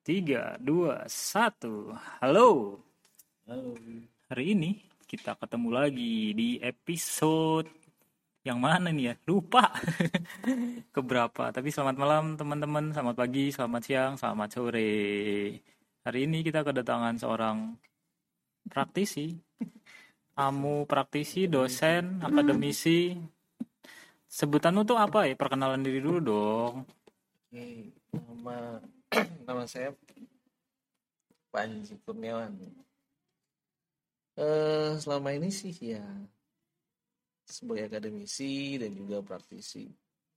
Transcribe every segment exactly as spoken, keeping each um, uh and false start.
Tiga, dua, satu. Halo. Halo. Hari ini kita ketemu lagi di episode yang mana nih ya? Lupa. Keberapa? Tapi selamat malam teman-teman, selamat pagi, selamat siang, selamat sore. Hari ini kita kedatangan seorang praktisi, tamu praktisi, dosen, akademisi. Sebutanmu tuh apa ya? Perkenalan diri dulu dong. Oke, nama nama saya Panji Kurniawan. Eh, selama ini sih ya sebagai akademisi dan juga praktisi.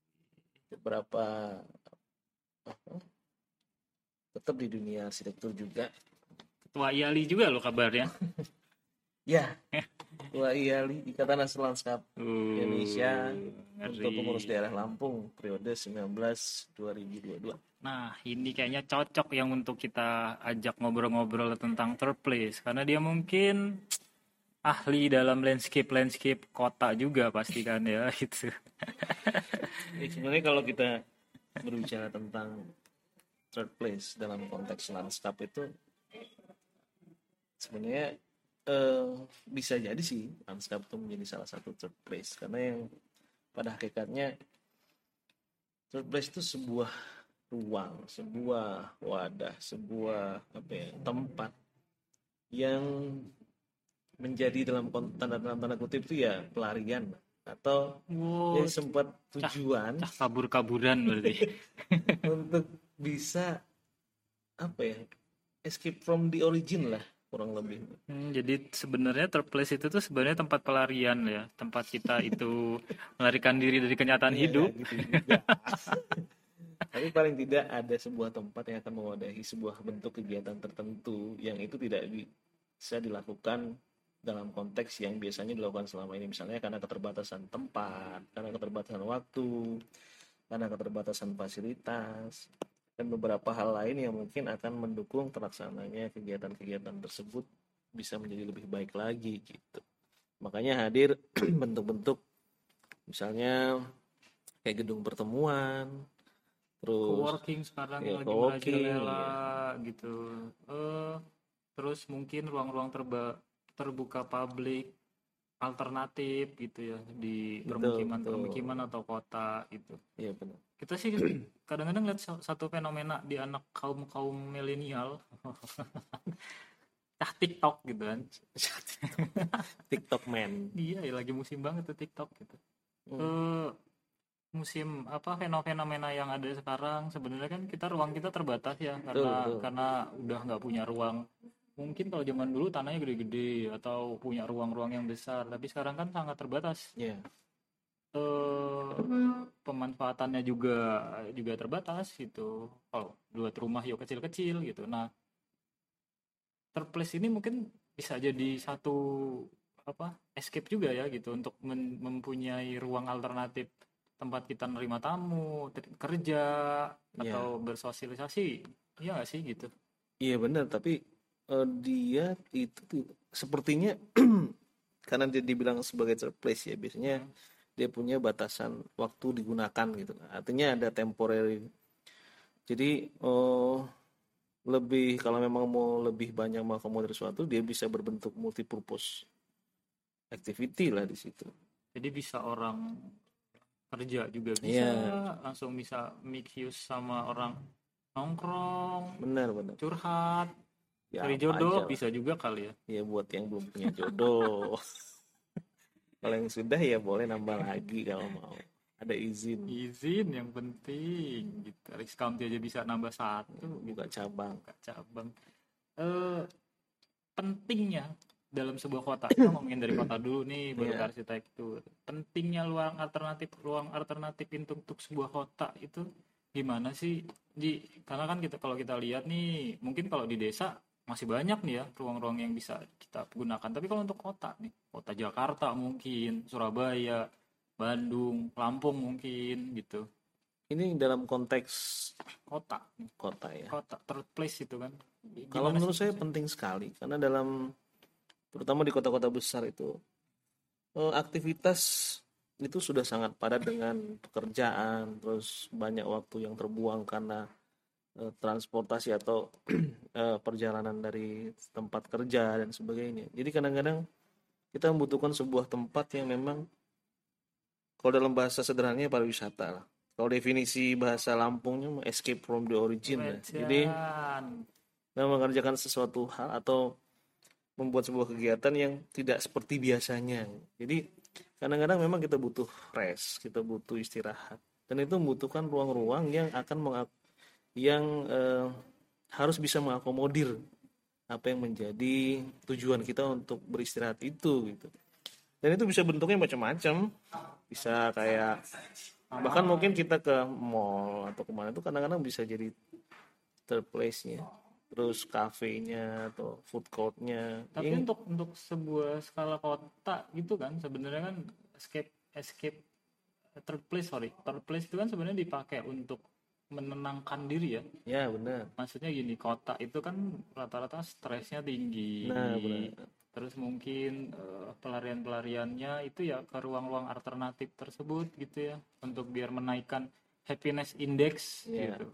Beberapa apa, tetap di dunia arsitektur juga. Ketua I A L I juga loh kabarnya. Ya, Ketua I A L I Ikatan Nasional Lanskap Uh, Indonesia ngeri. untuk pengurus daerah Lampung periode sembilan belas dua ribu dua puluh dua. Nah, ini kayaknya cocok yang untuk kita ajak ngobrol-ngobrol tentang third place. Karena dia mungkin ahli dalam landscape-landscape kota juga pasti kan ya, gitu. Ya, sebenarnya kalau kita berbicara tentang third place dalam konteks lanskap itu sebenarnya eh, bisa jadi sih lanskap itu menjadi salah satu third place, karena yang pada hakikatnya third place itu sebuah ruang, sebuah wadah, sebuah apa ya, tempat yang menjadi dalam kon- tanda tanda, tanda kutip itu ya pelarian atau Wow, ya sempat cah, tujuan cah kabur-kaburan berarti. untuk bisa apa ya, escape from the origin lah kurang lebih. Hmm, jadi sebenarnya third place itu tuh sebenarnya tempat pelarian ya, tempat kita itu melarikan diri dari kenyataan Iya nggak hidup. gitu juga. Tapi paling tidak ada sebuah tempat yang akan mewadahi sebuah bentuk kegiatan tertentu yang itu tidak bisa dilakukan dalam konteks yang biasanya dilakukan selama ini, misalnya karena keterbatasan tempat, karena keterbatasan waktu, karena keterbatasan fasilitas, dan beberapa hal lain yang mungkin akan mendukung terlaksananya kegiatan-kegiatan tersebut bisa menjadi lebih baik lagi gitu. Makanya hadir bentuk-bentuk misalnya kayak gedung pertemuan, terus Co-working sekarang ya yang lagi co-working merajalela ya. gitu. Eh, terus mungkin ruang-ruang terba- terbuka publik alternatif gitu ya di Betul, permukiman-permukiman betul. atau kota gitu. Iya benar. Kita sih kadang-kadang lihat sa- satu fenomena di anak kaum-kaum milenial, ah TikTok gitu kan. TikTok man. Iya, ya lagi musim banget tuh TikTok gitu. Hmm, Eh, musim apa fenomena yang ada sekarang sebenarnya kan kita ruang kita terbatas ya betul, karena betul. karena udah nggak punya ruang. Mungkin kalau zaman dulu tanahnya gede-gede atau punya ruang-ruang yang besar, tapi sekarang kan sangat terbatas. Ya, Eh, pemanfaatannya juga juga terbatas gitu. Kalau buat rumah yuk kecil-kecil gitu. Nah, terplace ini mungkin bisa jadi satu apa escape juga ya gitu untuk men- mempunyai ruang alternatif tempat kita nerima tamu, ter- kerja ya. atau bersosialisasi. Iya nggak sih gitu? Iya benar, tapi eh, dia itu ti- sepertinya karena dia dibilang sebagai third place ya, biasanya Hmm. dia punya batasan waktu digunakan gitu. Artinya ada temporary. Jadi oh lebih kalau memang mau lebih banyak mengakomodir sesuatu, dia bisa berbentuk multipurpose activity lah di situ. Jadi bisa orang kerja juga bisa, Iya, langsung bisa mix use sama orang nongkrong, benar benar. curhat, Ya cari apa aja jodoh lah. bisa juga kali ya. Ya buat yang belum punya jodoh. Kalau yang sudah ya boleh nambah lagi kalau mau. Ada izin Izin yang penting gitu. Risk count aja bisa nambah satu buka gitu. cabang. Buka cabang. Eh, pentingnya dalam sebuah kota. Kita ngomongin dari kota dulu nih baru ke Ya, arsitektur. Pentingnya ruang alternatif ruang alternatif untuk, untuk sebuah kota itu gimana sih? Di karena kan kita kalau kita lihat nih mungkin kalau di desa masih banyak nih ya ruang-ruang yang bisa kita gunakan. Tapi kalau untuk kota nih, kota Jakarta mungkin, Surabaya, Bandung, Lampung mungkin gitu. ini dalam konteks Kota, kota ya. kota third place itu kan. Kalau Gimana sih menurut saya maksudnya? penting sekali karena dalam terutama di kota-kota besar itu eh, aktivitas itu sudah sangat padat dengan pekerjaan, terus banyak waktu yang terbuang karena eh, transportasi atau eh, perjalanan dari tempat kerja dan sebagainya. Jadi kadang-kadang kita membutuhkan sebuah tempat yang memang, kalau dalam bahasa sederhananya, pariwisata lah. Kalau definisi bahasa Lampungnya mah escape from the origin lah. Jadi Wejan. kita mengerjakan sesuatu hal atau membuat sebuah kegiatan yang tidak seperti biasanya. Jadi kadang-kadang memang kita butuh rest, kita butuh istirahat, dan itu membutuhkan ruang-ruang yang akan mengak- yang eh, harus bisa mengakomodir apa yang menjadi tujuan kita untuk beristirahat itu gitu. Dan itu bisa bentuknya macam-macam, bisa kayak bahkan mungkin kita ke mall atau kemana itu kadang-kadang bisa jadi third place-nya, terus kafenya atau food court-nya. Tapi Ini untuk untuk sebuah skala kota gitu kan sebenarnya kan escape escape third place sorry third place itu kan sebenarnya dipakai untuk menenangkan diri ya. ya benar. Maksudnya gini, kota itu kan rata-rata stresnya tinggi. Nah, benar. Terus mungkin eh, pelarian-pelariannya itu ya ke ruang-ruang alternatif tersebut gitu ya, untuk biar menaikkan happiness index Ya. gitu.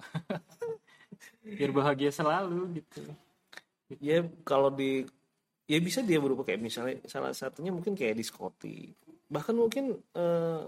Biar bahagia selalu gitu. Ya kalau di ya bisa dia berupa kayak misalnya salah satunya mungkin kayak diskotik. Bahkan mungkin eh,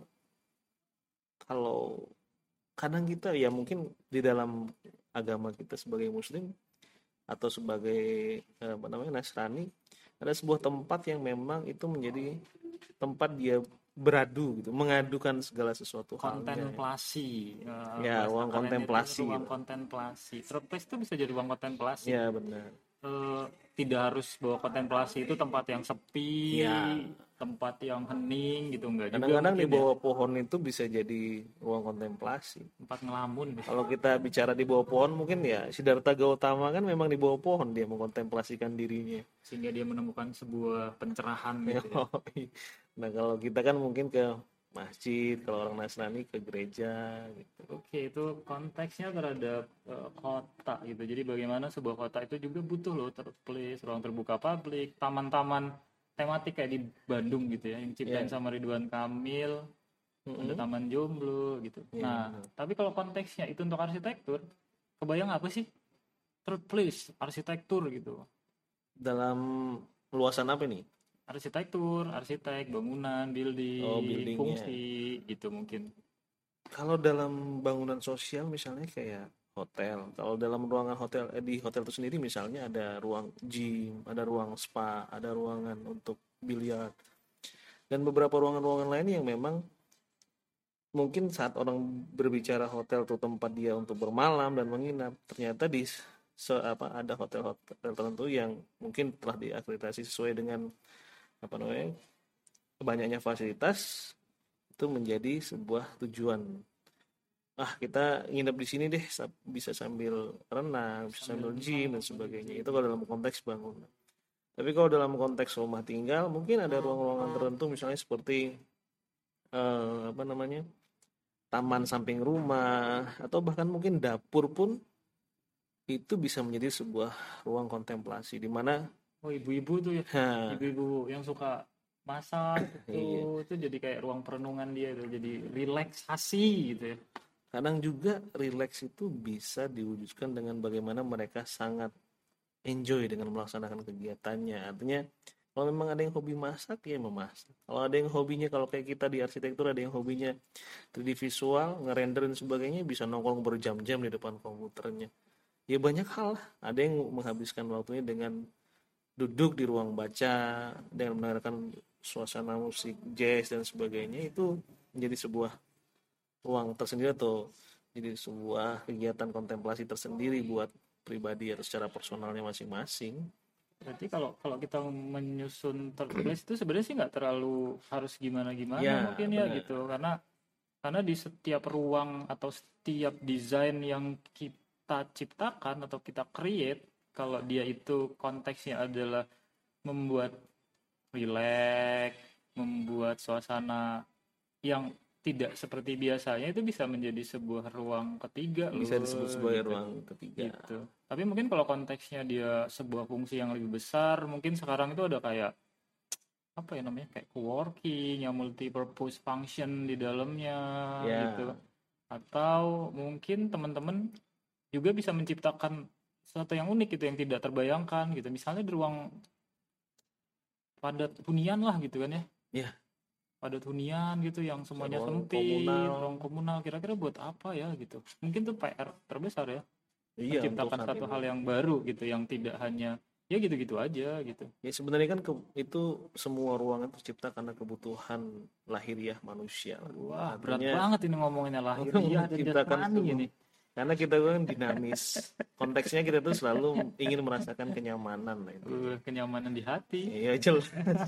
kalau kadang kita ya mungkin di dalam agama kita sebagai muslim atau sebagai eh, apa namanya Nasrani, ada sebuah tempat yang memang itu menjadi tempat dia beradu gitu, mengadukan segala sesuatu halnya. Kontemplasi. eh, Ya, bahasa ruang keren itu kontemplasi ruang gitu. kontemplasi. Third place itu bisa jadi ruang kontemplasi. Ya, benar. Eh, tidak harus bahwa kontemplasi itu tempat yang sepi, Ya. tempat yang hening gitu, enggak juga Kadang-kadang di mungkin ya, bawah pohon itu bisa jadi ruang kontemplasi. tempat ngelamun gitu. Kalau kita bicara di bawah pohon, mungkin ya Siddhartha Gautama kan memang di bawah pohon dia mengkontemplasikan dirinya. Sehingga dia menemukan sebuah pencerahan gitu ya. Nah, kalau kita kan mungkin ke masjid, kalau orang Nasrani ke gereja gitu. Oke, itu konteksnya terhadap eh, kota gitu. Jadi bagaimana sebuah kota itu juga butuh loh third place, ruang terbuka publik, taman-taman tematik kayak di Bandung gitu ya, yang diciptain Ya. sama Ridwan Kamil, ada Mm-mm. taman jomblo gitu. Iya, Nah, benar. tapi kalau konteksnya itu untuk arsitektur, kebayang apa sih? Third place, arsitektur gitu. Dalam luasan apa nih? Arsitektur, arsitek, bangunan, building, Oh, buildingnya. fungsi gitu mungkin. Kalau dalam bangunan sosial misalnya kayak hotel. Kalau dalam ruangan hotel eh, di hotel itu sendiri misalnya ada ruang gym, ada ruang spa, ada ruangan untuk biliar, dan beberapa ruangan-ruangan lain yang memang mungkin saat orang berbicara hotel itu tempat dia untuk bermalam dan menginap, ternyata di se apa ada hotel-hotel tertentu yang mungkin telah diakreditasi sesuai dengan apa namanya banyaknya fasilitas, itu menjadi sebuah tujuan. Ah, kita nginep di sini deh, sa- bisa sambil renang, bisa sambil gym dan sebagainya. Itu kalau dalam konteks bangunan. Tapi kalau dalam konteks rumah tinggal, mungkin ada ruang-ruangan tertentu, misalnya seperti eh, apa namanya taman samping rumah, atau bahkan mungkin dapur pun itu bisa menjadi sebuah ruang kontemplasi di mana Oh, ibu-ibu tuh ya, ha, ibu-ibu yang suka masak iya, itu, itu jadi kayak ruang perenungan dia tuh, jadi relaksasi gitu ya. kadang juga rileks itu bisa diwujudkan dengan bagaimana mereka sangat enjoy dengan melaksanakan kegiatannya. Artinya kalau memang ada yang hobi masak ya memasak. Kalau ada yang hobinya, kalau kayak kita di arsitektur ada yang hobinya tiga D visual, ngerender dan sebagainya, bisa nongkrong berjam-jam di depan komputernya. Ya banyak hal lah. Ada yang menghabiskan waktunya dengan duduk di ruang baca dengan mendengarkan suasana musik jazz dan sebagainya. Itu menjadi sebuah ruang tersendiri atau jadi sebuah kegiatan kontemplasi tersendiri buat pribadi atau secara personalnya masing-masing. Berarti kalau kalau kita menyusun third place itu sebenarnya sih nggak terlalu harus gimana-gimana Ya, mungkin ya benar. gitu, karena karena di setiap ruang atau setiap desain yang kita ciptakan atau kita create, kalau dia itu konteksnya adalah membuat rileks, membuat suasana yang tidak seperti biasanya, itu bisa menjadi sebuah ruang ketiga loh Bisa disebut sebagai gitu. ruang ketiga. Gitu. Tapi mungkin kalau konteksnya dia sebuah fungsi yang lebih besar, mungkin sekarang itu ada kayak apa ya namanya, kayak coworking yang multi-purpose function di dalamnya Ya, gitu. Atau mungkin teman-teman juga bisa menciptakan sesuatu yang unik gitu, yang tidak terbayangkan gitu. Misalnya di ruang padat hunian lah gitu kan ya, Ya, padat hunian gitu yang semuanya ruang sempit, komunal. ruang komunal, kira-kira buat apa ya gitu. Mungkin tuh P R terbesar ya, Iya, untuk menciptakan saat satu ini. hal yang baru gitu, yang tidak hanya ya gitu-gitu aja gitu. Ya sebenarnya kan ke- itu semua ruangan tercipta karena kebutuhan lahiriah manusia lah. Wah, berat Artinya banget ini ngomonginnya, lahiriah dan menciptakan jasmani sebuah, ini. karena kita kan dinamis. Konteksnya kita tuh selalu ingin merasakan kenyamanan lah intinya. Uh, kenyamanan di hati. Iya jelas.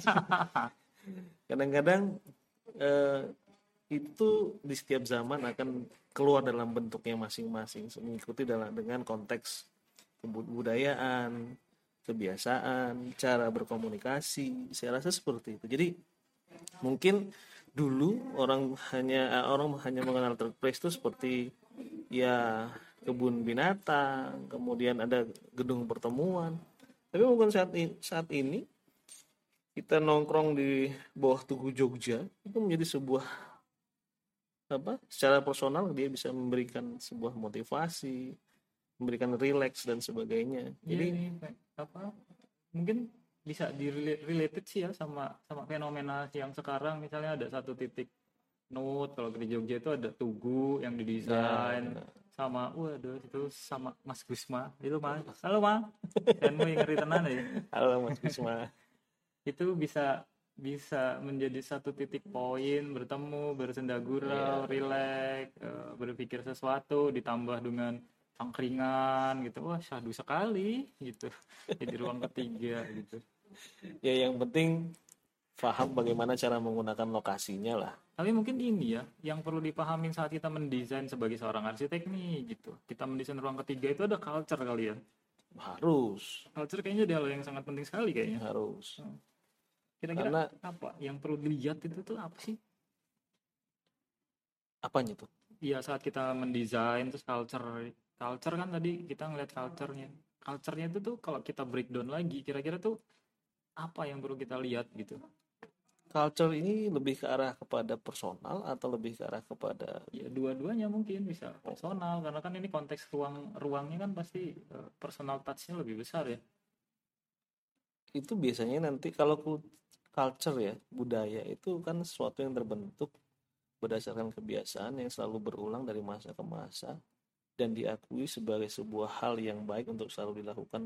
Kadang-kadang eh, itu di setiap zaman akan keluar dalam bentuknya masing-masing, mengikuti dalam dengan konteks kebudayaan, kebiasaan, cara berkomunikasi. Saya rasa seperti itu. Jadi mungkin dulu orang hanya orang hanya mengenal third place itu seperti ya kebun binatang, kemudian ada gedung pertemuan. Tapi mungkin saat ini, saat ini kita nongkrong di bawah Tugu Jogja itu menjadi sebuah apa? Secara personal dia bisa memberikan sebuah motivasi, memberikan relax dan sebagainya. Iya Jadi nih, apa? Mungkin bisa di related sih ya sama sama fenomena yang sekarang, misalnya ada satu titik note kalau di Jogja itu ada tugu yang ya didesain benar. sama waduh itu sama Mas Gusma itu Mas, halo Mas, kan mau ngeri tenan ya. Halo Mas Bisma. Itu bisa bisa menjadi satu titik poin bertemu, bersenda gurau, Ya, rileks, eh, berpikir sesuatu, ditambah dengan angkringan gitu, wah syahdu sekali gitu. Jadi ruang ketiga gitu. ya yang penting paham bagaimana cara menggunakan lokasinya lah. Tapi mungkin ini ya yang perlu dipahamin saat kita mendesain sebagai seorang arsitek nih gitu. Kita mendesain ruang ketiga itu ada culture kali ya. Harus, Culture kayaknya ada hal yang sangat penting sekali kayaknya. harus. Kira-kira Karena apa yang perlu dilihat itu tuh apa sih? apanya tuh? Iya, saat kita mendesain terus culture, culture kan tadi kita ngeliat culture-nya. Culture-nya itu tuh kalau kita breakdown lagi, kira-kira tuh apa yang perlu kita lihat gitu. Culture ini lebih ke arah kepada personal atau lebih ke arah kepada Ya dua-duanya mungkin bisa personal karena kan ini konteks ruang ruangnya kan pasti eh, personal touch-nya lebih besar ya. itu biasanya nanti kalau culture ya, budaya itu kan sesuatu yang terbentuk berdasarkan kebiasaan yang selalu berulang dari masa ke masa dan diakui sebagai sebuah hal yang baik untuk selalu dilakukan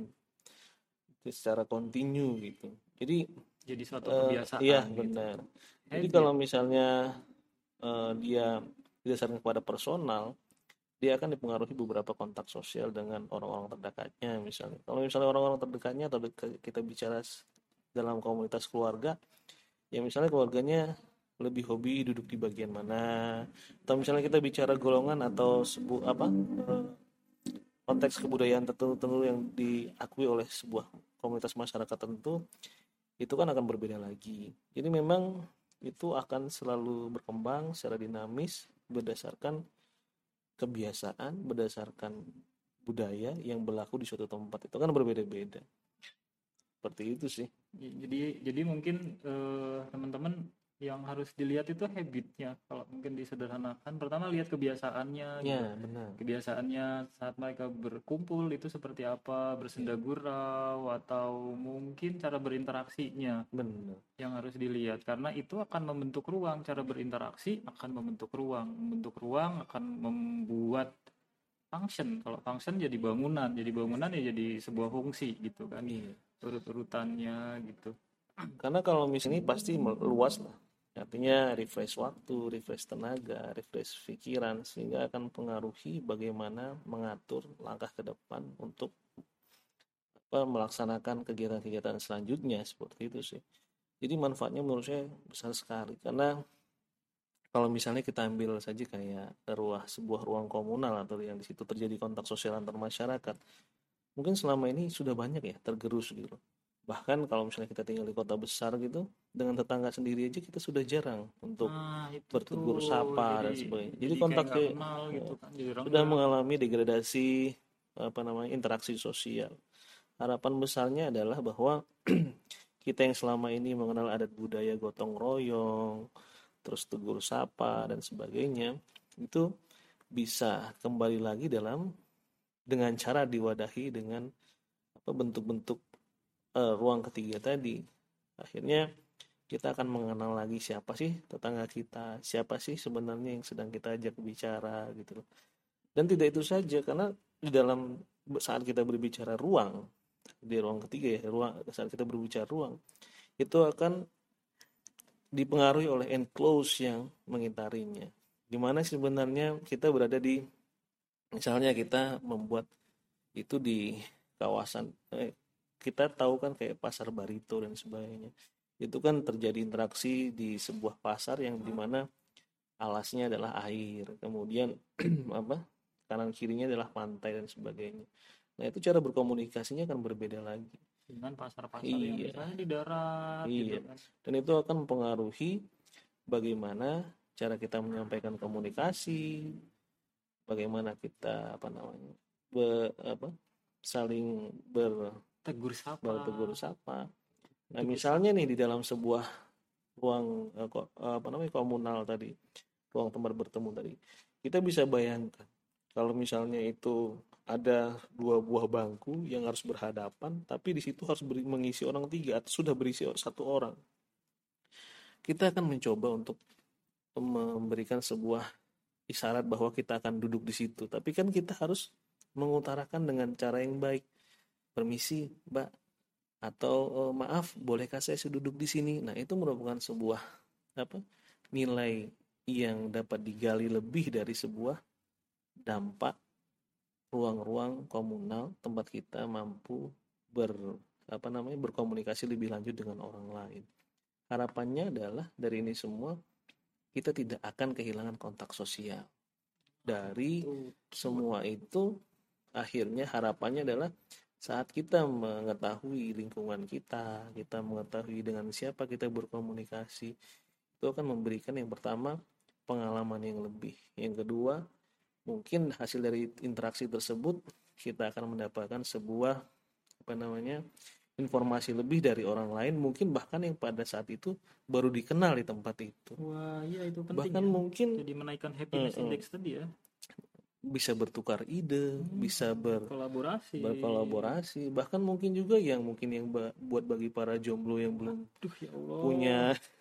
secara kontinu gitu. Jadi Jadi suatu eh, iya kebiasaan gitu. benar. Jadi Habit. kalau misalnya eh, dia berdasarkan kepada personal, dia akan dipengaruhi beberapa kontak sosial dengan orang-orang terdekatnya misalnya. Kalau misalnya orang-orang terdekatnya atau dek- kita bicara dalam komunitas keluarga, ya misalnya keluarganya lebih hobi duduk di bagian mana, atau misalnya kita bicara golongan atau sebuah apa eh, konteks kebudayaan tertentu yang diakui oleh sebuah komunitas masyarakat tertentu, itu kan akan berbeda lagi. Jadi memang itu akan selalu berkembang secara dinamis berdasarkan kebiasaan, berdasarkan budaya yang berlaku di suatu tempat itu kan berbeda-beda. Seperti itu sih. Jadi jadi mungkin eh, teman-teman yang harus dilihat itu habitnya. Kalau mungkin disederhanakan, pertama lihat kebiasaannya gitu. Ya, benar. Kebiasaannya saat mereka berkumpul itu seperti apa, bersenda gurau atau mungkin cara berinteraksinya Benar. yang harus dilihat karena itu akan membentuk ruang. Cara berinteraksi akan membentuk ruang, membentuk ruang akan membuat function. Kalau function jadi bangunan, jadi bangunan ya jadi sebuah fungsi gitu kan, Iya. urut-urutannya gitu. Karena kalau misalnya pasti luas lah. Artinya refresh waktu, refresh tenaga, refresh pikiran sehingga akan pengaruhi bagaimana mengatur langkah ke depan untuk apa, melaksanakan kegiatan-kegiatan selanjutnya seperti itu sih. Jadi manfaatnya menurut saya besar sekali karena kalau misalnya kita ambil saja kayak ruang sebuah ruang komunal atau yang di situ terjadi kontak sosial antar masyarakat, mungkin selama ini sudah banyak ya tergerus gitu. Bahkan kalau misalnya kita tinggal di kota besar gitu, dengan tetangga sendiri aja kita sudah jarang untuk Nah itu bertegur tuh sapa jadi dan sebagainya. Jadi jadi kayak kontak nggak kenal gitu kan, jadi sudah renggang. mengalami degradasi apa namanya interaksi sosial. Harapan besarnya adalah bahwa kita yang selama ini mengenal adat budaya gotong royong, terus tegur sapa dan sebagainya, itu bisa kembali lagi dalam dengan cara diwadahi dengan apa bentuk-bentuk eh, ruang ketiga tadi. Akhirnya kita akan mengenal lagi siapa sih tetangga kita, siapa sih sebenarnya yang sedang kita ajak bicara gitu loh. Dan tidak itu saja, karena di dalam saat kita berbicara ruang, di ruang ketiga ya, ruang saat kita berbicara ruang, itu akan dipengaruhi oleh enclose yang mengitarinya. Dimana sebenarnya kita berada di, misalnya kita membuat itu di kawasan, eh, kita tahu kan kayak pasar Barito dan sebagainya. Itu kan terjadi interaksi di sebuah pasar yang dimana alasnya adalah air, kemudian apa kanan kirinya adalah pantai dan sebagainya. Nah itu cara berkomunikasinya akan berbeda lagi. Dengan pasar-pasar yang Iya, misalnya di darat gitu iya. kan. Dan itu akan mempengaruhi bagaimana cara kita menyampaikan komunikasi, bagaimana kita apa namanya, be, apa, saling ber, Tegur sapa. bertegur sapa. Nah Itu bisa. misalnya nih di dalam sebuah ruang eh, ko- eh, apa namanya komunal tadi, ruang tempat bertemu tadi, kita bisa bayangkan kalau misalnya itu ada dua buah bangku yang harus berhadapan, tapi di situ harus beri- mengisi orang tiga atau sudah berisi satu orang. Kita akan mencoba untuk memberikan sebuah isyarat bahwa kita akan duduk di situ, tapi kan kita harus mengutarakan dengan cara yang baik. Permisi, Mbak, atau "Oh, maaf, bolehkah saya duduk di sini?" Nah, itu merupakan sebuah apa? Nilai yang dapat digali lebih dari sebuah dampak ruang-ruang komunal tempat kita mampu ber apa namanya berkomunikasi lebih lanjut dengan orang lain. Harapannya adalah dari ini semua kita tidak akan kehilangan kontak sosial. Dari semua itu akhirnya harapannya adalah saat kita mengetahui lingkungan kita, kita mengetahui dengan siapa kita berkomunikasi, itu akan memberikan yang pertama pengalaman yang lebih. Yang kedua, mungkin hasil dari interaksi tersebut kita akan mendapatkan sebuah apa namanya informasi lebih dari orang lain, mungkin bahkan yang pada saat itu baru dikenal di tempat itu. Wah, iya itu penting Bahkan ya. mungkin Jadi menaikkan happiness eh, eh, index tadi ya. bisa bertukar ide, Hmm, bisa ber kolaborasi. berkolaborasi, bahkan mungkin juga yang mungkin yang ba- buat bagi para jomblo yang belum Aduh ya Allah. punya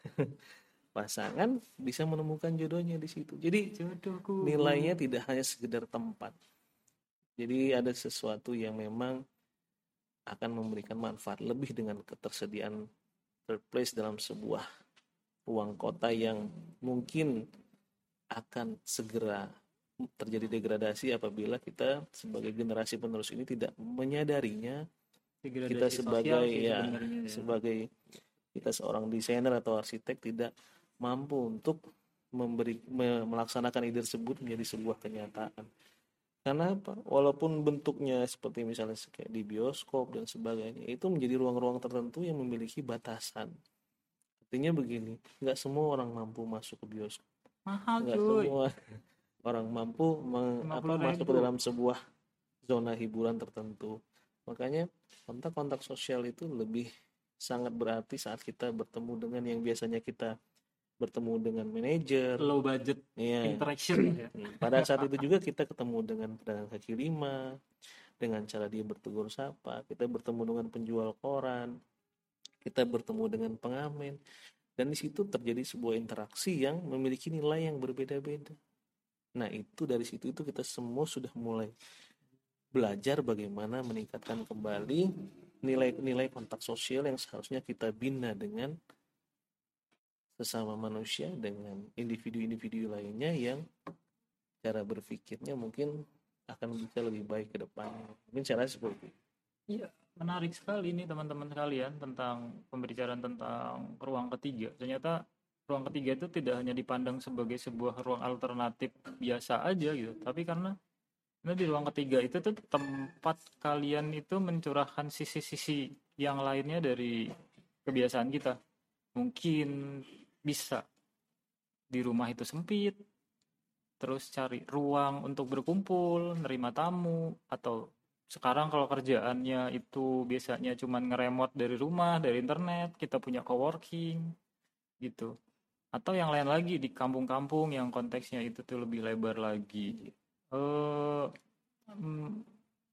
pasangan bisa menemukan jodohnya di situ. Jadi Jodohku. nilainya tidak hanya sekedar tempat. Jadi ada sesuatu yang memang akan memberikan manfaat lebih dengan ketersediaan third place dalam sebuah ruang kota yang mungkin akan segera terjadi degradasi apabila kita sebagai generasi penerus ini tidak menyadarinya. Kita Degradasi sosial sebagai sih ya sebenarnya ya. sebagai kita seorang desainer atau arsitek tidak mampu untuk memberi me- melaksanakan ide tersebut menjadi sebuah kenyataan. Karena apa? Walaupun bentuknya seperti misalnya kayak di bioskop dan sebagainya, itu menjadi ruang-ruang tertentu yang memiliki batasan. Artinya begini, nggak semua orang mampu masuk ke bioskop, Mahal nggak cuy. semua orang mampu meng- lima apa, puluh masuk ke ribu. dalam sebuah zona hiburan tertentu. Makanya kontak-kontak sosial itu lebih sangat berarti saat kita bertemu dengan yang biasanya kita bertemu dengan manajer. Low budget Iya. interaction ya. Pada saat itu juga kita ketemu dengan pedagang kaki lima, dengan cara dia bertegur sapa, kita bertemu dengan penjual koran, kita bertemu dengan pengamen, dan di situ terjadi sebuah interaksi yang memiliki nilai yang berbeda-beda. Nah itu dari situ itu kita semua sudah mulai belajar bagaimana meningkatkan kembali nilai-nilai kontak sosial yang seharusnya kita bina dengan sesama manusia, dengan individu-individu lainnya yang cara berpikirnya mungkin akan bisa lebih baik ke depannya. Mungkin cara seperti itu. Iya, menarik sekali nih teman-teman sekalian tentang pembicaraan tentang ruang ketiga. Ternyata ruang ketiga itu tidak hanya dipandang sebagai sebuah ruang alternatif biasa aja gitu, tapi karena karena di ruang ketiga itu tuh tempat kalian itu mencurahkan sisi-sisi yang lainnya dari kebiasaan kita. Mungkin bisa di rumah itu sempit, terus cari ruang untuk berkumpul, nerima tamu, atau sekarang kalau kerjaannya itu biasanya cuma ngeremot dari rumah, dari internet, kita punya coworking gitu. Atau yang lain lagi di kampung-kampung yang konteksnya itu tuh lebih lebar lagi. Eh, hmm,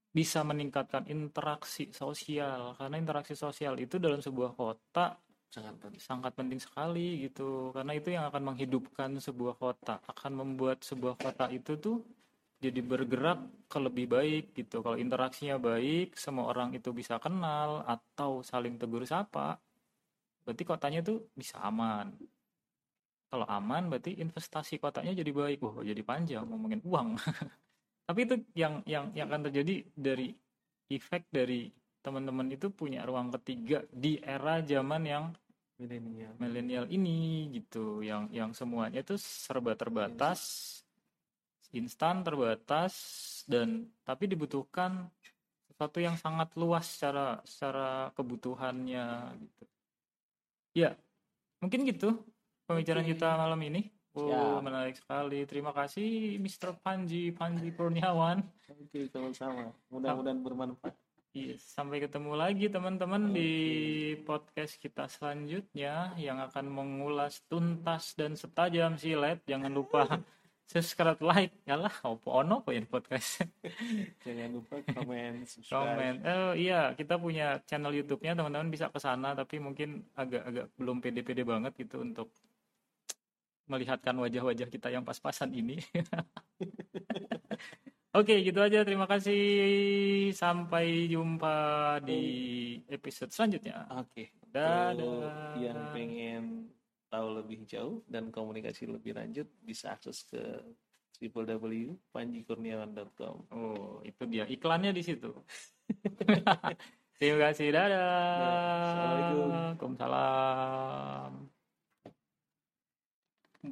bisa meningkatkan interaksi sosial, karena interaksi sosial itu dalam sebuah kota Sangat penting. sangat penting sekali gitu, karena itu yang akan menghidupkan sebuah kota, akan membuat sebuah kota itu tuh jadi bergerak ke lebih baik gitu. Kalau interaksinya baik, semua orang itu bisa kenal atau saling tegur sapa, berarti kotanya tuh bisa aman. Kalau aman berarti investasi kotanya jadi baik. Wah, jadi panjang ngomongin uang. Tapi itu yang yang yang akan terjadi dari efek dari teman-teman itu punya ruang ketiga di era zaman yang Milenial. milenial ini gitu, yang yang semuanya itu serba terbatas, instan, terbatas, dan tapi dibutuhkan sesuatu yang sangat luas secara secara kebutuhannya gitu. Ya, mungkin gitu pembicaraan Oke. kita malam ini. Oh, Siap. menarik sekali. Terima kasih mister Panji, Panji Kurniawan. Oke, sama-sama. Mudah-mudahan bermanfaat. Yes, sampai ketemu lagi teman-teman di Oke. podcast kita selanjutnya yang akan mengulas tuntas dan setajam silet. Jangan lupa subscribe, like, yalah, opo ono apa ya podcast. Jangan lupa komen, Komen. subscribe. Oh iya, kita punya channel YouTube-nya, teman-teman bisa ke sana, tapi mungkin agak-agak belum pede-pede banget gitu untuk melihatkan wajah-wajah kita yang pas-pasan ini. Oke, gitu aja. Terima kasih. Sampai jumpa di episode selanjutnya. Oke. Untuk Dadah. yang pengen tahu lebih jauh dan komunikasi lebih lanjut bisa akses ke w w w titik panji kurniawan titik com. Oh, itu dia. Iklannya di situ. Terima kasih. Dadah. Assalamualaikum. Waalaikumsalam.